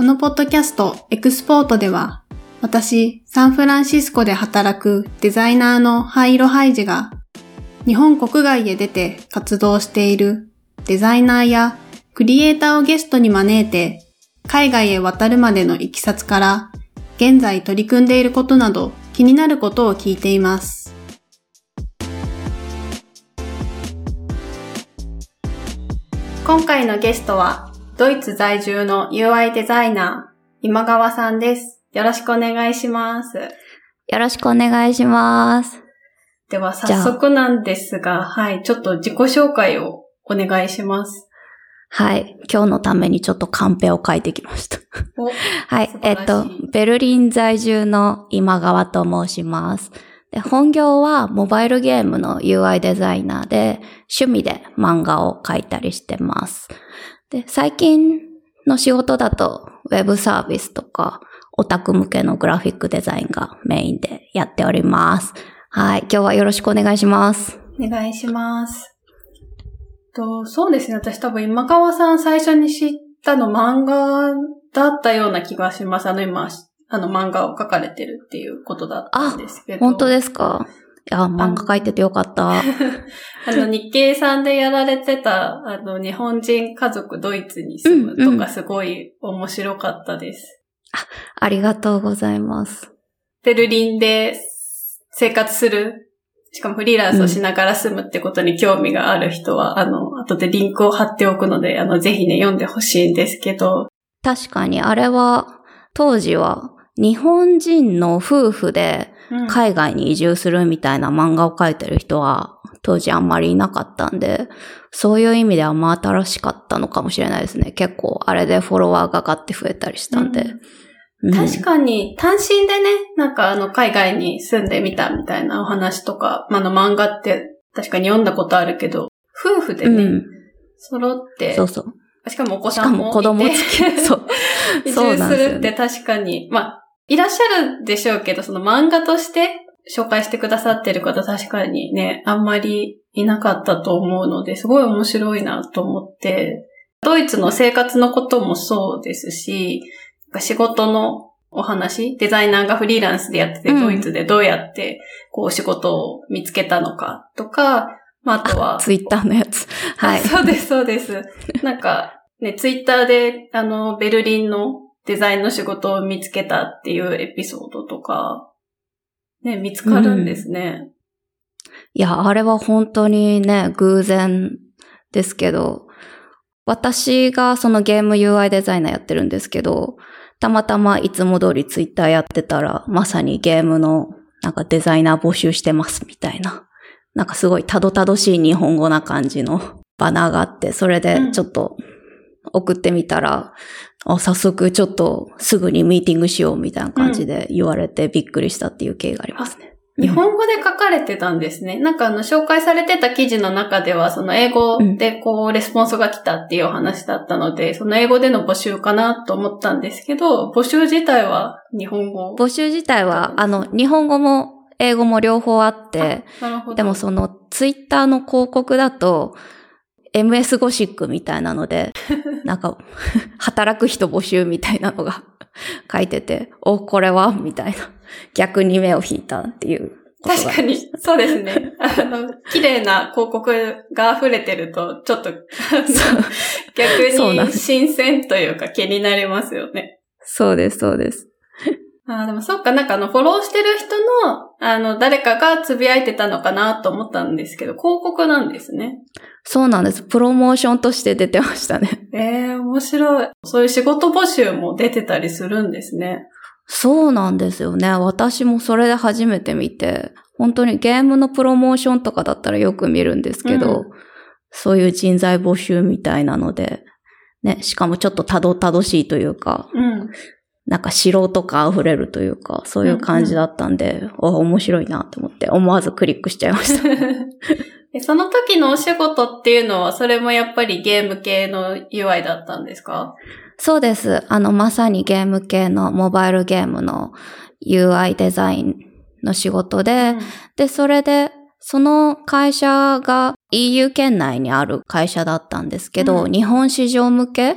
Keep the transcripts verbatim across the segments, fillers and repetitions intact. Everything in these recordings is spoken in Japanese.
このポッドキャストエクスポートでは、私、サンフランシスコで働くデザイナーのハイロハイジが、日本国外へ出て活動しているデザイナーやクリエイターをゲストに招いて、海外へ渡るまでのいきさつから、現在取り組んでいることなど気になることを聞いています。今回のゲストは、ドイツ在住の ユーアイ デザイナー、今川さんです。よろしくお願いします。 よろしくお願いします。 では早速なんですが、はい、ちょっと自己紹介をお願いします。 はい、今日のためにちょっとカンペを書いてきました。はい、えっと、ベルリン在住の今川と申します。で、本業はモバイルゲームの ユーアイ デザイナーで、趣味で漫画を描いたりしてます。で、最近の仕事だと、ウェブサービスとか、オタク向けのグラフィックデザインがメインでやっております。はい、今日はよろしくお願いします。 お願いします。と、そうですね、私多分今川さん最初に知ったの漫画だったような気がします。あの今、あの漫画を描かれてるっていうことだったんですけど。 あ、本当ですか？いや、漫画描いててよかった。 あの、日経さんでやられてた、あの、日本人家族ドイツに住むとかすごい面白かったです。 うんうん、あ、ありがとうございます。 ベルリンで生活する、しかもフリーランスをしながら住むってことに興味がある人は、うん、あの、後でリンクを貼っておくので、あの、ぜひね、読んでほしいんですけど。 確かに、あれは、当時は、日本人の夫婦で海外に移住するみたいな漫画を描いてる人は当時あんまりいなかったんで、そういう意味では真新しかったのかもしれないですね。結構あれでフォロワーがガッて増えたりしたんで。 うんうん、確かに単身でね、なんかあの海外に住んでみたみたいなお話とか、あの漫画って確かに読んだことあるけど、夫婦でね、うん、揃って、 そうそう。 しかもお子さんもいて、 しかも子供付き、そう。 移住するって確かに、まあ、いらっしゃるでしょうけど、その漫画として紹介してくださってる方確かにね、あんまりいなかったと思うので、すごい面白いなと思って、ドイツの生活のこともそうですし、仕事のお話、デザイナーがフリーランスでやってて、ドイツでどうやってこう仕事を見つけたのかとか、まあ、あとは。 ツイッターのやつ。はい。 そうです、そうです。なんか、ね、ツイッターで、あの、ベルリンのデザインの仕事を見つけたっていうエピソードとか、ね、見つかるんですね。 うん、いや、あれは本当にね、偶然ですけど、私がそのゲーム ユーアイ デザイナーやってるんですけど、たまたまいつも通りツイッターやってたら、まさにゲームのなんかデザイナー募集してますみたいな。なんかすごいたどたどしい日本語な感じのバナーがあって、それでちょっと送ってみたら、うん、早速ちょっとすぐにミーティングしようみたいな感じで言われてびっくりしたっていう経緯がありますね。 うん、日本語で書かれてたんですね。なんかあの紹介されてた記事の中ではその英語でこうレスポンスが来たっていうお話だったので、その英語での募集かなと思ったんですけど、募集自体は日本語？ 募集自体はあの日本語も英語も両方あって、でもそのツイッターの広告だと エムエス ゴシックみたいなので、なんか働く人募集みたいなのが書いてて、お、これはみたいな。逆に目を引いたっていうことが。 確かに、そうですね。あの、綺麗な広告が溢れてると、ちょっと逆に新鮮というか気になりますよね。 そうです、そうです。 ああ、でもそっか、なんかあの、フォローしてる人の、あの、誰かがつぶやいてたのかなと思ったんですけど、広告なんですね。 そうなんです。プロモーションとして出てましたね。 ええー、面白い。そういう仕事募集も出てたりするんですね。 そうなんですよね。私もそれで初めて見て、本当にゲームのプロモーションとかだったらよく見るんですけど、うん、そういう人材募集みたいなので、ね、しかもちょっとたどたどしいというか、 うんなんか素人感溢れるというか、そういう感じだったんで、うんうん、お、面白いなと思って思わずクリックしちゃいました。 その時のお仕事っていうのは、それもやっぱりゲーム系の ユーアイ だったんですか？ そうです。あの、まさにゲーム系のモバイルゲームの ユーアイ デザインの仕事で、うん、で、それで、その会社が イーユー 圏内にある会社だったんですけど、うん、日本市場向け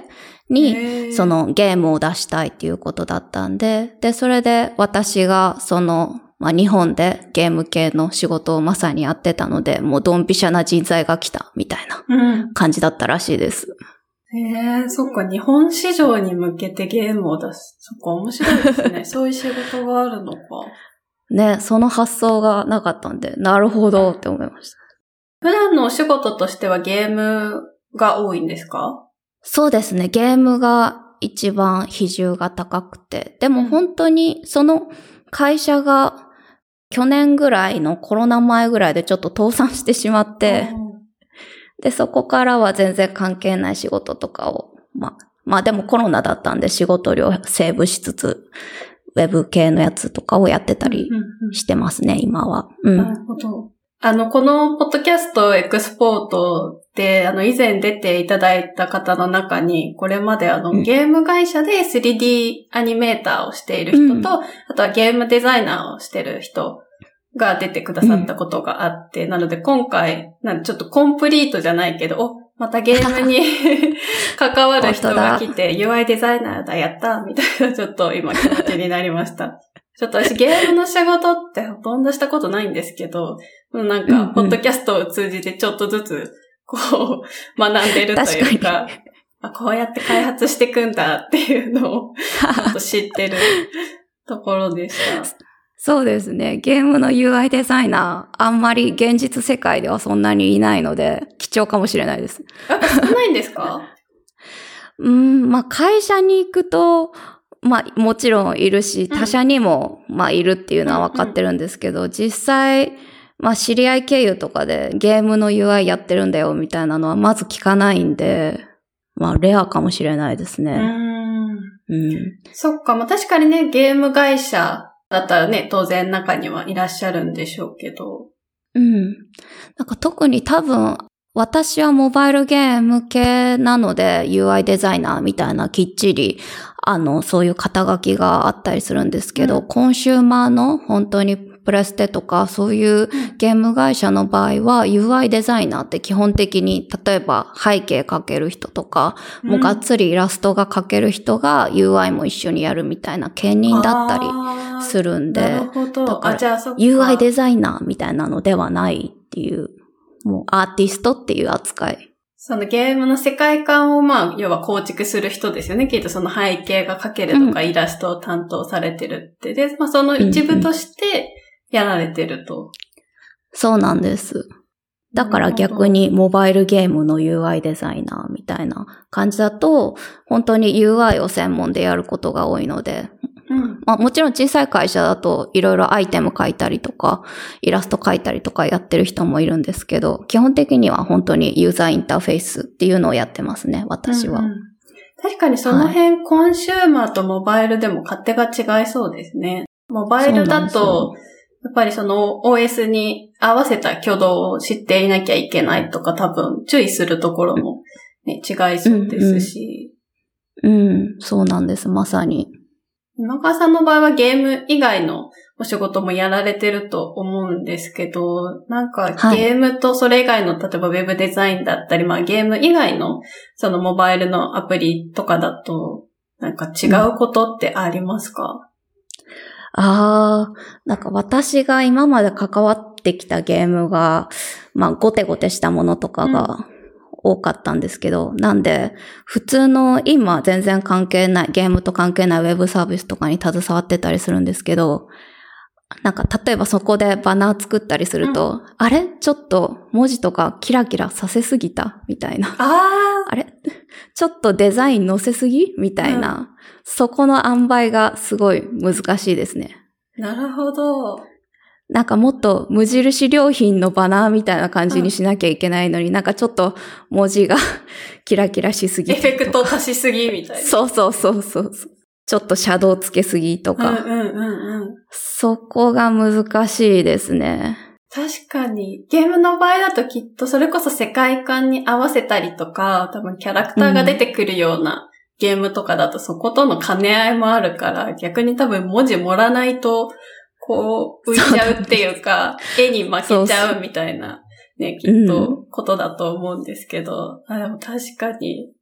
に、そのゲームを出したいっていうことだったんで、で、それで私がその、まあ、日本でゲーム系の仕事をまさにやってたので、もうドンピシャな人材が来たみたいな感じだったらしいです。 うん、へえ、そっか、日本市場に向けてゲームを出す。そっか、面白いですね。そういう仕事があるのか。 ね、その発想がなかったんで、なるほどって思いました。 普段のお仕事としてはゲームが多いんですか？ そうですね、ゲームが一番比重が高くて、でも本当にその会社が去年ぐらいのコロナ前ぐらいでちょっと倒産してしまって、で、そこからは全然関係ない仕事とかを、まあ、まあでもコロナだったんで仕事量セーブしつつ、ウェブ系のやつとかをやってたりしてますね、うんうんうん、今は。うん。 なるほど。あの、このポッドキャストエクスポートで、あの、以前出ていただいた方の中に、これまであの、うん、ゲーム会社で スリーディー アニメーターをしている人と、うん、あとはゲームデザイナーをしている人が出てくださったことがあって、うん、なので今回、なんちょっとコンプリートじゃないけど、お、またゲームに関わる人が来て、ユーアイ デザイナーだ、やったみたいな、ちょっと今気持ちになりました。ちょっと私ゲームの仕事ってほとんどしたことないんですけど、なんか、ポッドキャストを通じてちょっとずつ、こう、学んでるというか、あ、こうやって開発していくんだっていうのを、ちょっと知ってるところでした。 そうですね。ゲームの ユーアイ デザイナー、あんまり現実世界ではそんなにいないので、貴重かもしれないです。 やっぱ少ないんですか？ うーん、まあ、会社に行くと、まあ、もちろんいるし、他社にも、まあ、いるっていうのは分かってるんですけど、うんうん、実際、まあ、知り合い経由とかでゲームの ユーアイ やってるんだよみたいなのはまず聞かないんで、まあ、レアかもしれないですね。うーん。 うん。そっか、まあ、確かにね、ゲーム会社だったらね、当然中にはいらっしゃるんでしょうけど。 うん。なんか特に多分、私はモバイルゲーム系なので ユーアイ デザイナーみたいなきっちりあのそういう肩書きがあったりするんですけど、うん、コンシューマーの本当にプレステとかそういうゲーム会社の場合は ユーアイ デザイナーって基本的に例えば背景描ける人とか、うん、もうがっつりイラストが描ける人が ユーアイ も一緒にやるみたいな兼任だったりするんで、 なるほど。 だから ユーアイ デザイナーみたいなのではないっていうもうアーティストっていう扱い。 そのゲームの世界観をまあ、要は構築する人ですよね。きっとその背景が描けるとか、うん、イラストを担当されてるって。で、まあその一部としてやられてると。うんうん、 そうなんです。だから逆にモバイルゲームの ユーアイ デザイナーみたいな感じだと、本当に ユーアイ を専門でやることが多いので、うん、まあもちろん小さい会社だといろいろアイテム描いたりとか、イラスト描いたりとかやってる人もいるんですけど、基本的には本当にユーザーインターフェースっていうのをやってますね、私は。うんうん、 確かにその辺、はい、コンシューマーとモバイルでも勝手が違いそうですね。モバイルだと、やっぱりその オーエス に合わせた挙動を知っていなきゃいけないとか多分注意するところも、ね、違いそうですし、 うんうん。うん、そうなんです、まさに。 今川さんの場合はゲーム以外のお仕事もやられてると思うんですけど、なんかゲームとそれ以外の、はい、例えばウェブデザインだったり、まあゲーム以外のそのモバイルのアプリとかだと、なんか違うことってありますか？うん、 ああ、なんか私が今まで関わってきたゲームが、まあゴテゴテしたものとかが、うん多かったんですけど、なんで、普通の今全然関係ない、ゲームと関係ないウェブサービスとかに携わってたりするんですけど、なんか例えばそこでバナー作ったりすると、うん、あれちょっと文字とかキラキラさせすぎたみたいな。 ああれちょっとデザイン載せすぎみたいな、うん。そこの塩梅がすごい難しいですね。 なるほど。 なんかもっと無印良品のバナーみたいな感じにしなきゃいけないのに、うん、なんかちょっと文字がキラキラしすぎエフェクト足しすぎみたいな。 そうそうそうそう。ちょっとシャドウつけすぎとか。 うんうんうんうん。 そこが難しいですね。 確かに。ゲームの場合だときっとそれこそ世界観に合わせたりとか、多分キャラクターが出てくるようなゲームとかだとそことの兼ね合いもあるから、うん、逆に多分文字盛らないと、こう、浮いちゃうっていうか、絵に負けちゃうみたいな、ね、きっと、ことだと思うんですけど、あ、でも確かに、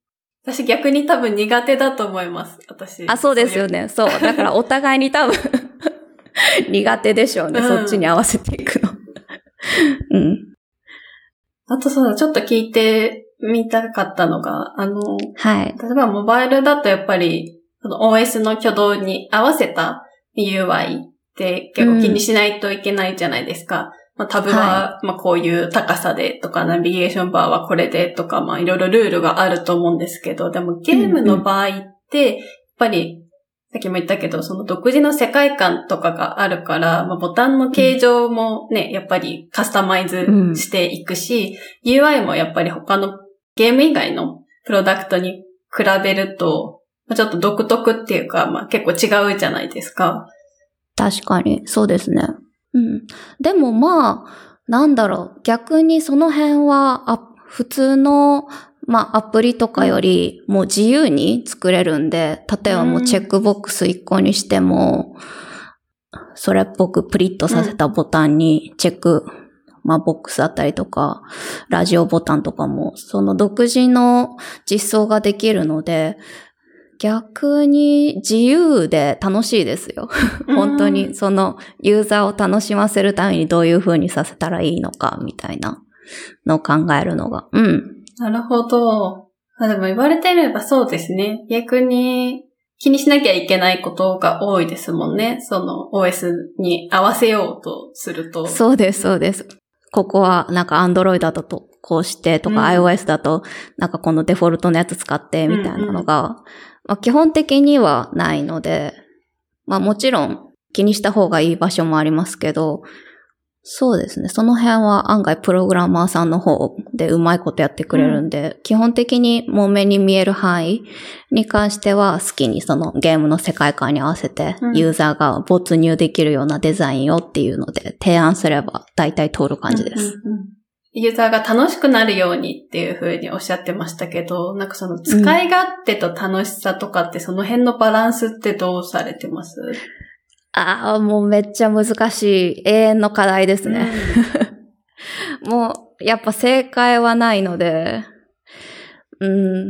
私逆に多分苦手だと思います。私。 あ、そうですよね。そう。だからお互いに多分苦手でしょうね、うん。そっちに合わせていくの。うん。 あとそうだ、ちょっと聞いてみたかったのが、あの、 はい。 例えばモバイルだとやっぱり、その オーエス の挙動に合わせた ユーアイ って結構気にしないといけないじゃないですか。うん、まあ、タブは、はい、まあこういう高さでとか、ナビゲーションバーはこれでとか、まあいろいろルールがあると思うんですけど、でもゲームの場合って、やっぱり、さっきも言ったけど、その独自の世界観とかがあるから、まあ、ボタンの形状もね、やっぱりカスタマイズしていくし、うん、ユーアイ もやっぱり他のゲーム以外のプロダクトに比べると、ちょっと独特っていうか、まあ結構違うじゃないですか。 確かに、そうですね。うん。でもまあ、なんだろう、逆にその辺は、あ、普通の、まあアプリとかよりもう自由に作れるんで、例えばもうチェックボックスいっこにしても、それっぽくプリッとさせたボタンにチェック、うん、まあボックスだったりとか、ラジオボタンとかも、その独自の実装ができるので、逆に自由で楽しいですよ。本当にそのユーザーを楽しませるためにどういう風にさせたらいいのかみたいなのを考えるのが。うん。 なるほど。あ、でも言われてみればそうですね。逆に気にしなきゃいけないことが多いですもんね。その オーエス に合わせようとすると。 そうです、そうです。ここはなんか Android だとこうしてとか、うん、iOS だとなんかこのデフォルトのやつ使ってみたいなのが、うんうんまあ、基本的にはないので、まあもちろん気にした方がいい場所もありますけど、そうですね。その辺は案外プログラマーさんの方でうまいことやってくれるんで、うん、基本的にもう目に見える範囲に関しては好きにそのゲームの世界観に合わせてユーザーが没入できるようなデザインをっていうので提案すれば大体通る感じです。 うんうんうんユーザーが楽しくなるようにっていう風におっしゃってましたけど、なんかその使い勝手と楽しさとかってその辺のバランスってどうされてます？ ああ、もうめっちゃ難しい。永遠の課題ですね。うん、もうやっぱ正解はないので、うん、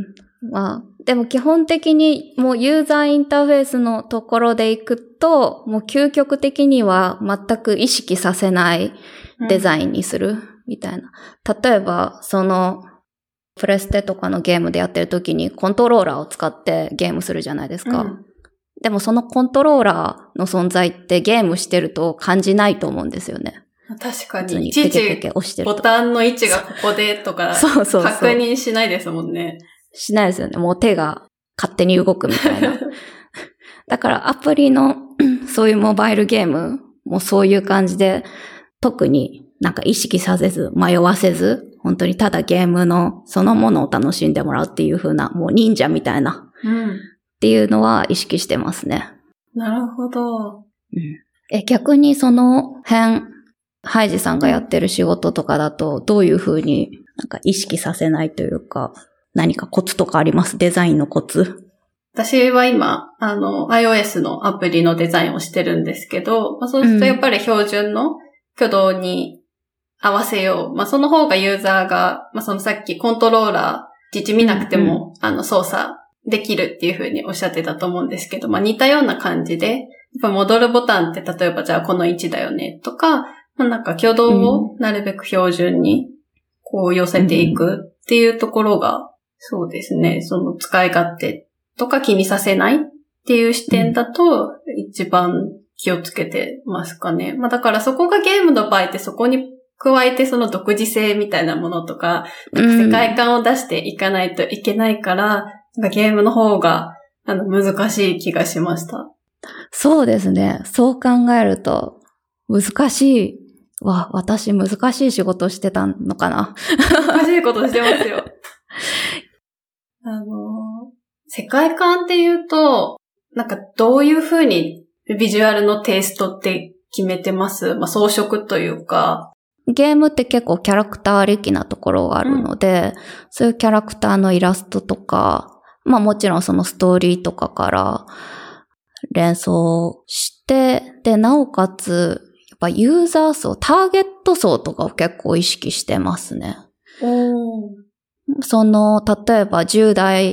まあ、でも基本的にもうユーザーインターフェースのところでいくと、もう究極的には全く意識させないデザインにする。うんみたいな。例えば、その、プレステとかのゲームでやってる時にコントローラーを使ってゲームするじゃないですか。うん、でもそのコントローラーの存在ってゲームしてると感じないと思うんですよね。 確かに。いちいちボタンの位置がここでとかそうそうそう確認しないですもんね。 しないですよね。もう手が勝手に動くみたいな。だからアプリのそういうモバイルゲームもそういう感じで特になんか意識させず、迷わせず、本当にただゲームのそのものを楽しんでもらうっていう風な、もう忍者みたいな、うん、っていうのは意識してますね。 なるほど。 うん、え、逆にその辺、ハイジさんがやってる仕事とかだと、どういう風になんか意識させないというか、何かコツとかあります？デザインのコツ？ 私は今、あの、iOS のアプリのデザインをしてるんですけど、まあ、そうするとやっぱり標準の挙動に、合わせよう。まあ、その方がユーザーが、まあ、そのさっきコントローラー、実見なくても、うん、あの、操作できるっていう風におっしゃってたと思うんですけど、まあ、似たような感じで、やっぱ戻るボタンって例えばじゃあこの位置だよねとか、まあ、なんか挙動をなるべく標準に、こう寄せていくっていうところが、そうですね、その使い勝手とか気にさせないっていう視点だと、一番気をつけてますかね。まあ、だからそこがゲームの場合ってそこに加えてその独自性みたいなものとか、なんか世界観を出していかないといけないから、うん、なんかゲームの方があの難しい気がしました。 そうですね。そう考えると難しい。わ、私難しい仕事してたのかな。 難しいことしてますよ。あの、世界観っていうと、なんかどういうふうにビジュアルのテイストって決めてます？まあ装飾というか。 ゲームって結構キャラクターありきなところがあるので、うん、そういうキャラクターのイラストとか、まあもちろんそのストーリーとかから連想して、で、なおかつ、やっぱユーザー層、ターゲット層とかを結構意識してますね。 おー。 その、例えばじゅう代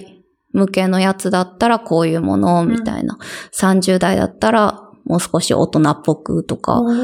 向けのやつだったらこういうものみたいな、うん、さんじゅう代だったらもう少し大人っぽくとか、うん。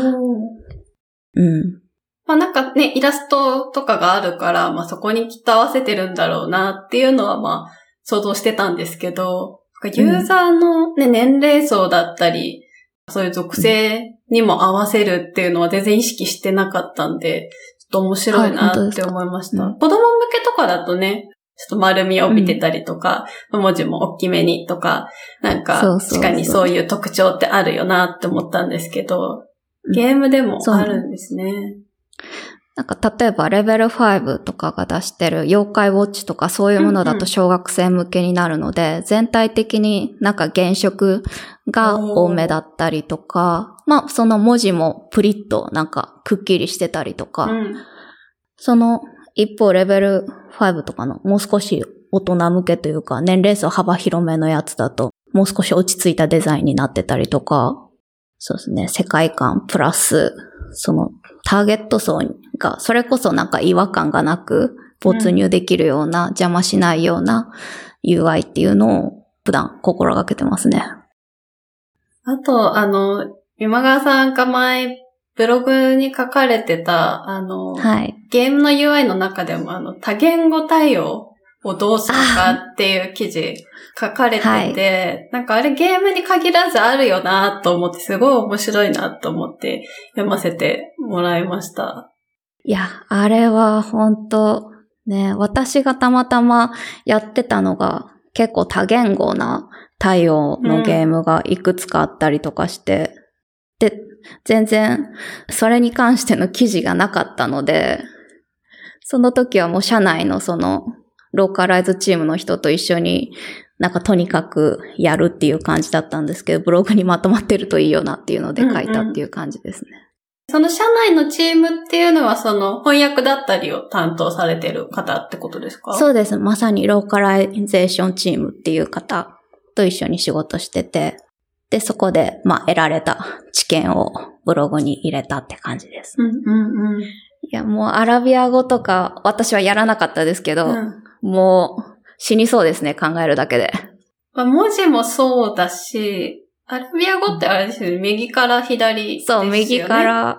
まあなんかね、イラストとかがあるから、まあそこにきっと合わせてるんだろうなっていうのはまあ想像してたんですけど、ユーザーのね、うん、年齢層だったり、そういう属性にも合わせるっていうのは全然意識してなかったんで、ちょっと面白いなって思いました。はい、子供向けとかだとね、ちょっと丸みを帯びてたりとか、うん、文字も大きめにとか、なんか確かにそういう特徴ってあるよなって思ったんですけど、ゲームでもあるんですね。 なんか例えばレベルごとかが出してる妖怪ウォッチとかそういうものだと小学生向けになるので、うんうん、全体的になんか原色が多めだったりとか、まあその文字もプリッとなんかくっきりしてたりとか、うん、その一方レベルごとかのもう少し大人向けというか年齢層幅広めのやつだともう少し落ち着いたデザインになってたりとか、そうですね、世界観プラスそのターゲット層がそれこそなんか違和感がなく没入できるような、うん、邪魔しないような ユーアイ っていうのを普段心がけてますね。 あと、あの、今川さんが前ブログに書かれてた、あの、はい、ゲームの ユーアイ の中でもあの多言語対応をどうするかっていう記事書かれてて、はい、なんかあれゲームに限らずあるよなと思ってすごい面白いなと思って読ませてもらいました。 いや、あれは本当ね、私がたまたまやってたのが結構多言語な対応のゲームがいくつかあったりとかして、うん、で、全然それに関しての記事がなかったので、その時はもう社内のそのローカライズチームの人と一緒になんかとにかくやるっていう感じだったんですけど、ブログにまとまってるといいよなっていうので書いたっていう感じですね。うんうん、 その社内のチームっていうのはその翻訳だったりを担当されてる方ってことですか？ そうです。まさにローカライゼーションチームっていう方と一緒に仕事してて、で、そこでまあ得られた知見をブログに入れたって感じです。 うんうんうん。 いや、もうアラビア語とか私はやらなかったですけど、うん、もう死にそうですね、考えるだけで。 まあ、文字もそうだし、アラビア語ってあれですよね、右から左ですよね。 そう、右から。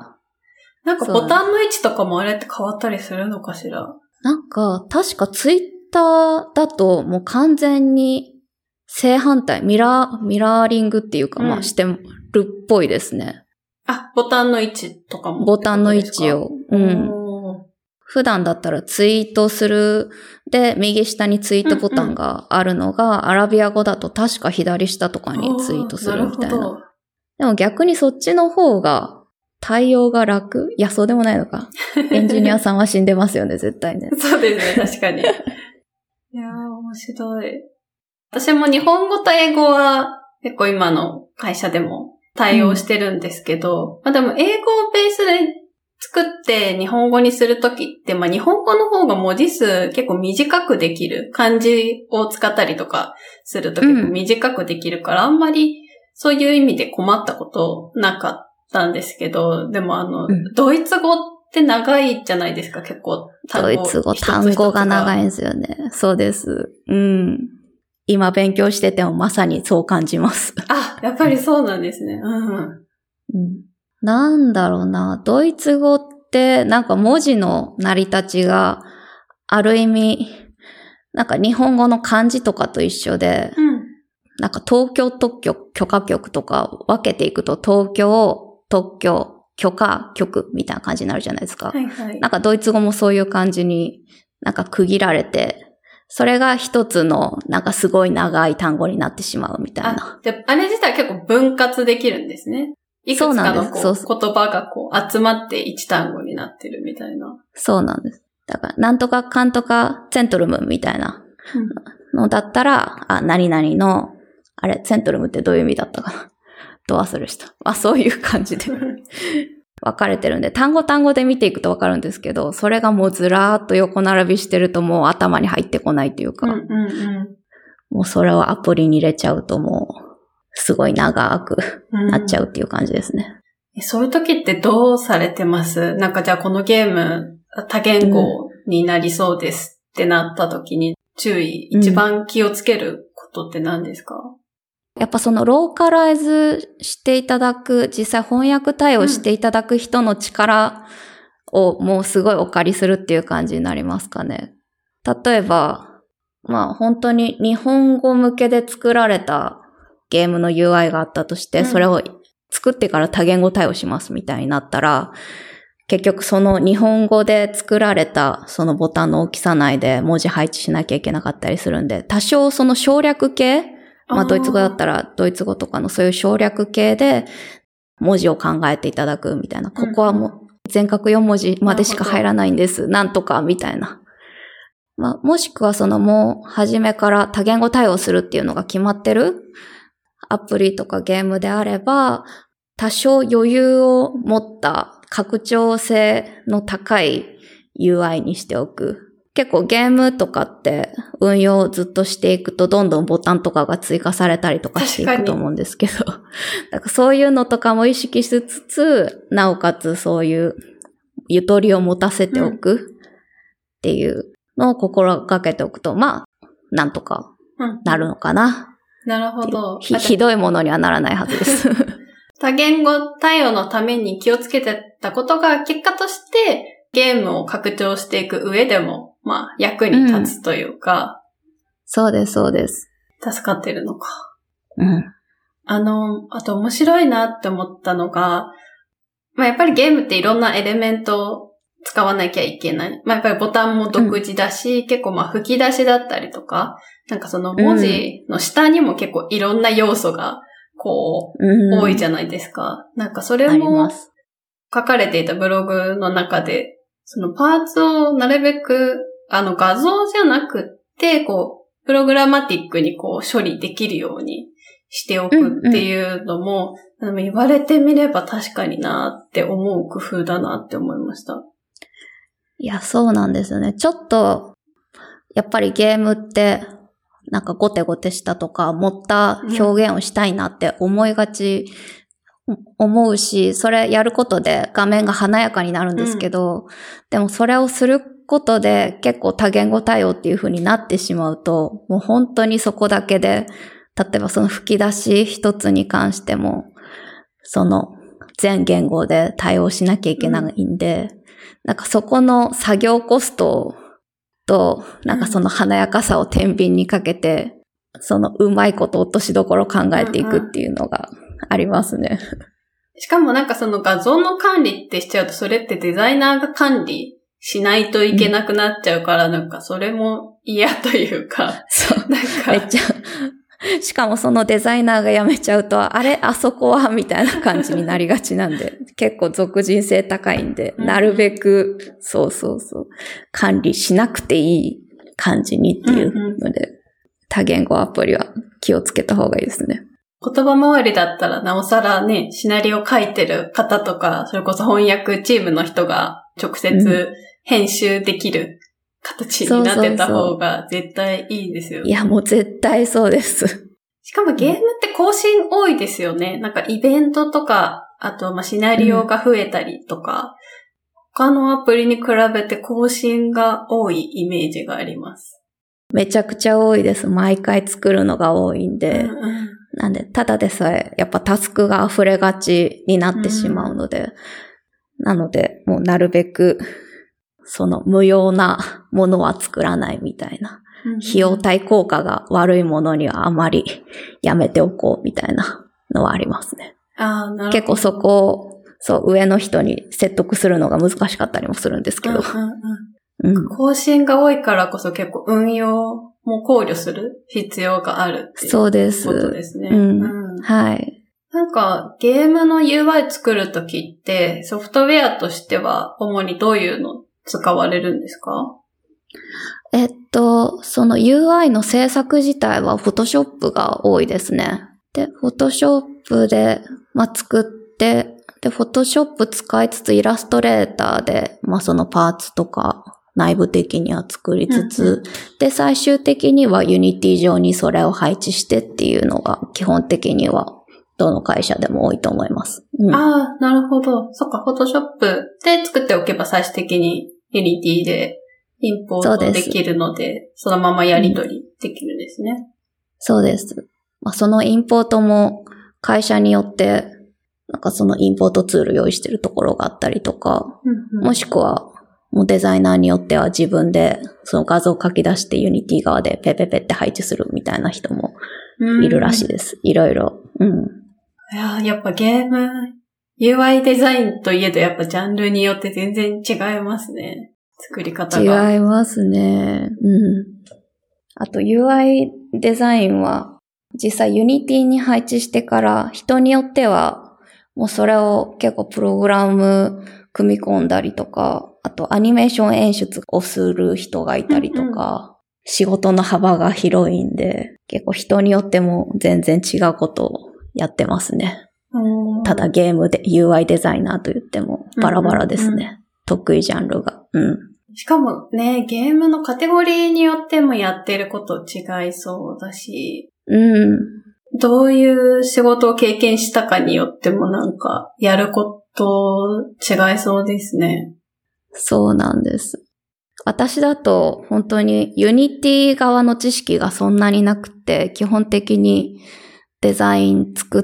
なんかボタンの位置とかもあれって変わったりするのかしら？ なんか、確かツイッターだともう完全に正反対、ミラー、ミラーリングっていうか、うん、まあしてるっぽいですね。 あ、ボタンの位置とかも。 ボタンの位置を。うん。普段だったらツイートするで右下にツイートボタンがあるのが、うんうん、アラビア語だと確か左下とかにツイートするみたいな。なでも逆にそっちの方が対応が楽？いや、そうでもないのか。エンジニアさんは死んでますよね、絶対ね。 そうですね、確かに。いやー、面白い。私も日本語と英語は結構今の会社でも対応してるんですけど、うん、まあでも英語をベースで作って日本語にするときって、まあ日本語の方が文字数結構短くできる。漢字を使ったりとかすると結構短くできるから、うん、あんまりそういう意味で困ったことなかったんですけど、でもあの、うん、ドイツ語って長いじゃないですか、結構単語。 ドイツ語、単語が長いんですよね。そうです。うん。今勉強しててもまさにそう感じます。 あ、やっぱりそうなんですね。うん。 うんなんだろうな、ドイツ語ってなんか文字の成り立ちがある意味、なんか日本語の漢字とかと一緒で、うん、なんか東京特許許可局とか分けていくと東京特許許可局みたいな感じになるじゃないですか。 はいはい、 なんかドイツ語もそういう感じになんか区切られて、それが一つのなんかすごい長い単語になってしまうみたいな。 あ、じゃあ、あれ自体結構分割できるんですね。いくつかのこう言葉がこう集まって一単語になってるみたいな。 そうなんです。だから、なんとかかんとかセントルムみたいなのだったら、うん、あ、何々の、あれ、セントルムってどういう意味だったかな。ど忘れした。まあそういう感じで分かれてるんで、単語単語で見ていくと分かるんですけど、それがもうずらーっと横並びしてるともう頭に入ってこないというか、 うんうんうん、 もうそれをアプリに入れちゃうともう、すごい長くなっちゃうっていう感じですね。 うん、そういう時ってどうされてます？なんかじゃあこのゲーム多言語になりそうですってなった時に注意、うん、一番気をつけることって何ですか？ やっぱそのローカライズしていただく、実際翻訳対応していただく人の力をもうすごいお借りするっていう感じになりますかね。例えば、まあ本当に日本語向けで作られたゲームの ユーアイ があったとして、それを作ってから多言語対応しますみたいになったら、結局その日本語で作られたそのボタンの大きさ内で文字配置しなきゃいけなかったりするんで、多少その省略系、まあドイツ語だったらドイツ語とかのそういう省略系で文字を考えていただくみたいな。ここはもう全角よん文字までしか入らないんです。なんとかみたいな。まあもしくはそのもう初めから多言語対応するっていうのが決まってるアプリとかゲームであれば、多少余裕を持った拡張性の高い ユーアイ にしておく。結構ゲームとかって運用をずっとしていくとどんどんボタンとかが追加されたりとかしていくと思うんですけど。だからそういうのとかも意識しつつ、なおかつそういうゆとりを持たせておくっていうのを心がけておくと、まあ、なんとかなるのかな。 うん、なるほど。 ひ、ひどいものにはならないはずです。 多言語対応のために気をつけてたことが結果としてゲームを拡張していく上でもまあ、役に立つというか、 うん。そうです、そうです。 助かってるのか。 うん。 あの、あと面白いなって思ったのが、まあやっぱりゲームっていろんなエレメントを使わなきゃいけない。まあやっぱりボタンも独自だし、うん、結構まあ吹き出しだったりとか、なんかその文字の下にも結構いろんな要素が、こう、うん、多いじゃないですか。なんかそれも書かれていたブログの中で、そのパーツをなるべくあの画像じゃなくって、こう、プログラマティックにこう処理できるようにしておくっていうのも、うんうん、言われてみれば確かになって思う工夫だなって思いました。 いや、そうなんですよね。ちょっと、やっぱりゲームって、なんかゴテゴテしたとか、持った表現をしたいなって思いがち、うん、思うし、それやることで画面が華やかになるんですけど、うん、でもそれをすることで結構多言語対応っていう風になってしまうと、もう本当にそこだけで、例えばその吹き出し一つに関しても、その全言語で対応しなきゃいけないんで、うん、なんかそこの作業コストと、なんかその華やかさを天秤にかけて、そのうまいこと落としどころ考えていくっていうのがありますね。うんうん、 しかもなんかその画像の管理ってしちゃうと、それってデザイナーが管理しないといけなくなっちゃうから、うん、なんかそれも嫌というか。 そう。なんか。めっちゃ、しかもそのデザイナーが辞めちゃうと、あれあそこはみたいな感じになりがちなんで、結構属人性高いんで、うん、なるべく、そうそうそう、管理しなくていい感じにっていうので、うんうん、多言語アプリは気をつけた方がいいですね。 言葉周りだったらなおさらね、シナリオ書いてる方とか、それこそ翻訳チームの人が直接編集できる形になってた方が絶対いいですよね。 いや、もう絶対そうです。 しかもゲームって更新多いですよね。なんかイベントとか、あとまあシナリオが増えたりとか、うん、他のアプリに比べて更新が多いイメージがあります。 めちゃくちゃ多いです。毎回作るのが多いんで。うんうん、なんで、ただでさえ、やっぱタスクが溢れがちになってしまうので、うん、なので、もうなるべく、その無用なものは作らないみたいな。うん、費用対効果が悪いものにはあまりやめておこうみたいなのはありますね。 ああ、なるほど。 結構そこを、そう、上の人に説得するのが難しかったりもするんですけど。 うんうんうんうん、更新が多いからこそ結構運用も考慮する必要があるっていうことですね。 そうです。うんうん、はい。 なんかゲームの ユーアイ 作るときってソフトウェアとしては主にどういうの使われるんですか？ えっと、その ユーアイ の制作自体は Photoshop が多いですね。で、Photoshop で、まあ、作って、で、Photoshop 使いつつイラストレーターで、まあ、そのパーツとか内部的には作りつつ、うんうん、で、最終的には Unity 上にそれを配置してっていうのが基本的にはどの会社でも多いと思います。 うん、ああ、なるほど。そっか、Photoshop で作っておけば最終的に Unity でインポートできるので、そ, でそのままやり取りできるんですね。 そうです。まあ、そのインポートも会社によって、なんかそのインポートツール用意してるところがあったりとか、 うんうん、 もしくはもうデザイナーによっては自分でその画像を書き出してユニティ側でペペペって配置するみたいな人もいるらしいです。いろいろ。うん。 いや、やっぱゲーム、ユーアイ デザインといえどやっぱジャンルによって全然違いますね。作り方が。 違いますね。うん。あと ユーアイ デザインは実際 Unity に配置してから人によってはもうそれを結構プログラム組み込んだりとか、あとアニメーション演出をする人がいたりとか、うんうん、仕事の幅が広いんで結構人によっても全然違うことをやってますね。ただゲームで ユーアイ デザイナーと言ってもバラバラですね。うんうんうん、得意ジャンルが。うん。 しかもね、ゲームのカテゴリーによってもやってること違いそうだし、 うん。 どういう仕事を経験したかによってもなんかやること違いそうですね。 そうなんです。私だと本当にユニティ側の知識がそんなになくて、基本的にデザイン作って、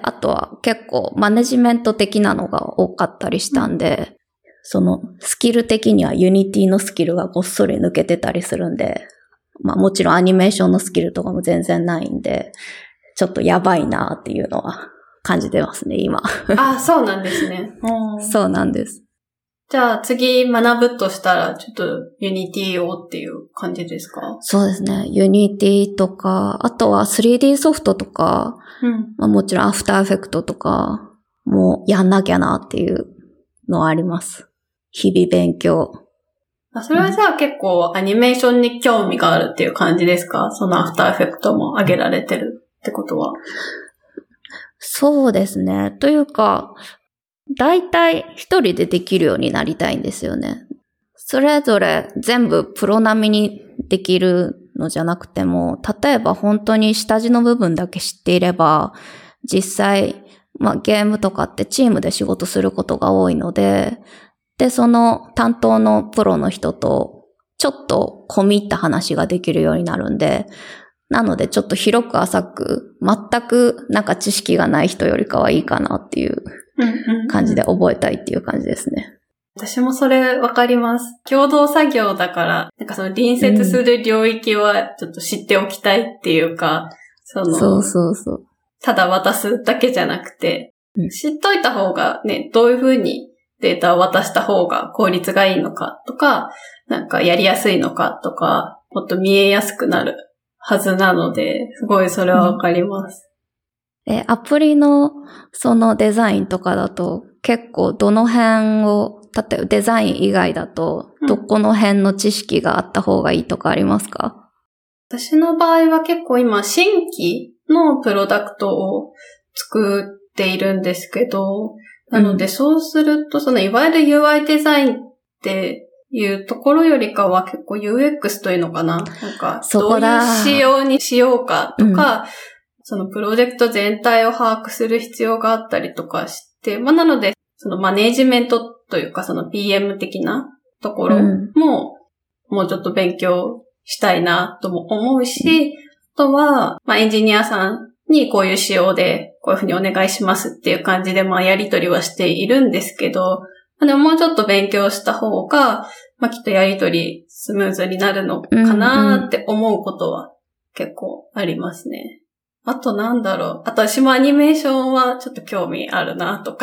あとは結構マネジメント的なのが多かったりしたんで、うん、そのスキル的にはユニティのスキルがごっそり抜けてたりするんで、まあもちろんアニメーションのスキルとかも全然ないんで、ちょっとやばいなっていうのは感じてますね、今。 あ、そうなんですね。 うん、そうなんです。 じゃあ次学ぶとしたらちょっとユニティをっていう感じですか？ そうですね。ユニティとか、あとは スリーディー ソフトとか、 うんまあ、もちろんアフターエフェクトとかもやんなきゃなっていうのはあります。日々勉強。 あ、それはじゃあ結構アニメーションに興味があるっていう感じですか？そのアフターエフェクトも上げられてるってことは。 そうですね。というか、だいたい一人でできるようになりたいんですよね。それぞれ全部プロ並みにできるのじゃなくても、例えば本当に下地の部分だけ知っていれば、実際、まあゲームとかってチームで仕事することが多いので、で、その担当のプロの人とちょっと込み入った話ができるようになるんで、なのでちょっと広く浅く、全くなんか知識がない人よりかはいいかなっていう感じで覚えたいっていう感じですね。 私もそれわかります。共同作業だから、なんかその隣接する領域はちょっと知っておきたいっていうか、 うん、その、そうそうそう。 ただ渡すだけじゃなくて、うん、知っといた方がね、どういうふうにデータを渡した方が効率がいいのかとか、なんかやりやすいのかとか、もっと見えやすくなるはずなので、すごいそれはわかります。 うん、え、アプリのそのデザインとかだと結構どの辺を、例えばデザイン以外だとどこの辺の知識があった方がいいとかありますか？ うん、私の場合は結構今新規のプロダクトを作っているんですけど、なのでそうするとそのいわゆる ユーアイ デザインっていうところよりかは結構 ユーエックス というのかな、なんかどういう仕様にしようかとか、うん、そのプロジェクト全体を把握する必要があったりとかして、まあなのでそのマネージメントというかその ピーエム 的なところももうちょっと勉強したいなとも思うし、あとはまあエンジニアさんにこういう仕様でこういうふうにお願いしますっていう感じでまあやり取りはしているんですけど、でももうちょっと勉強した方が、まあ、きっとやりとりスムーズになるのかなって思うことは結構ありますね。あとなんだろう。あと私もアニメーションはちょっと興味あるなとか。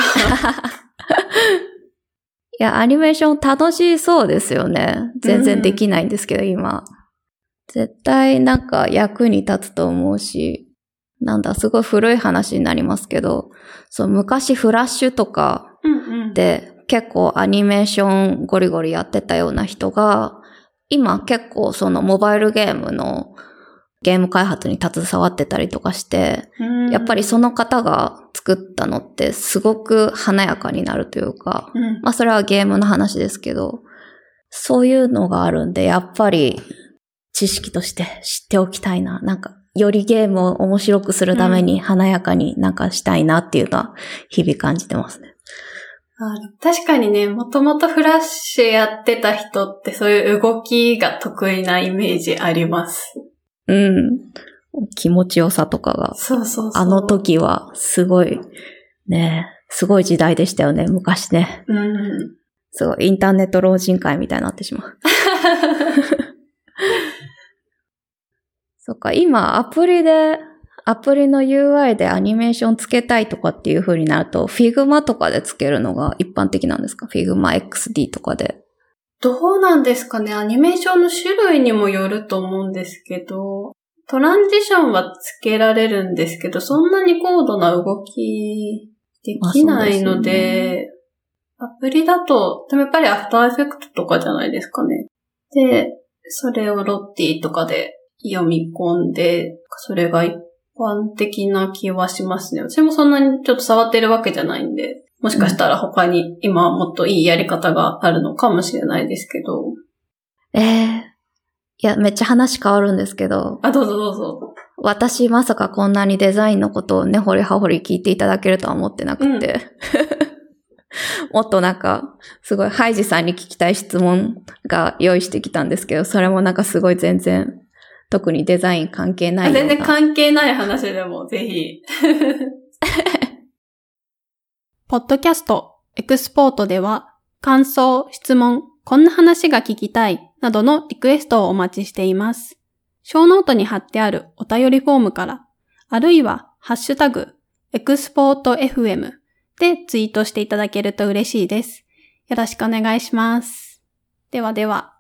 いや、アニメーション楽しそうですよね。全然できないんですけど、うん、今。絶対なんか役に立つと思うし、なんだ、すごい古い話になりますけど、そう、昔フラッシュとかで、うんうん結構アニメーションゴリゴリやってたような人が、今結構そのモバイルゲームのゲーム開発に携わってたりとかして、やっぱりその方が作ったのってすごく華やかになるというか、うん、まあそれはゲームの話ですけど、そういうのがあるんで、やっぱり知識として知っておきたいな。なんかよりゲームを面白くするために華やかになんかしたいなっていうのは日々感じてますね。 あ、確かにね、もともとフラッシュやってた人ってそういう動きが得意なイメージあります。 うん。 気持ちよさとかが。 そうそうそう。 あの時はすごい、ね、すごい時代でしたよね、昔ね。 うん。 すごい、インターネット老人会みたいになってしまう。そっか、今アプリで、アプリの ユーアイ でアニメーションつけたいとかっていう風になると、Figma とかでつけるのが一般的なんですか？ Figma エックスディー とかで。 どうなんですかね。アニメーションの種類にもよると思うんですけど、トランジションはつけられるんですけど、そんなに高度な動きできないので、でね、アプリだと、でもやっぱりアフターエフェクトとかじゃないですかね。で、それをロッティとかで読み込んで、それが一般的な気はしますね。私もそんなにちょっと触ってるわけじゃないんで、もしかしたら他に今もっといいやり方があるのかもしれないですけど。 ええー、いや、めっちゃ話変わるんですけど。 あ、どうぞどうぞ。 私まさかこんなにデザインのことをね、掘り葉掘り聞いていただけるとは思ってなくて。うん、もっとなんか、すごいハイジさんに聞きたい質問が用意してきたんですけど、それもなんかすごい全然、特にデザイン関係ないような。 全然関係ない話でもぜひ。ポッドキャストエクスポートでは感想、質問、こんな話が聞きたいなどのリクエストをお待ちしています。ショーノートに貼ってあるお便りフォームから、あるいはハッシュタグエクスポート エフエム でツイートしていただけると嬉しいです。よろしくお願いします。ではでは。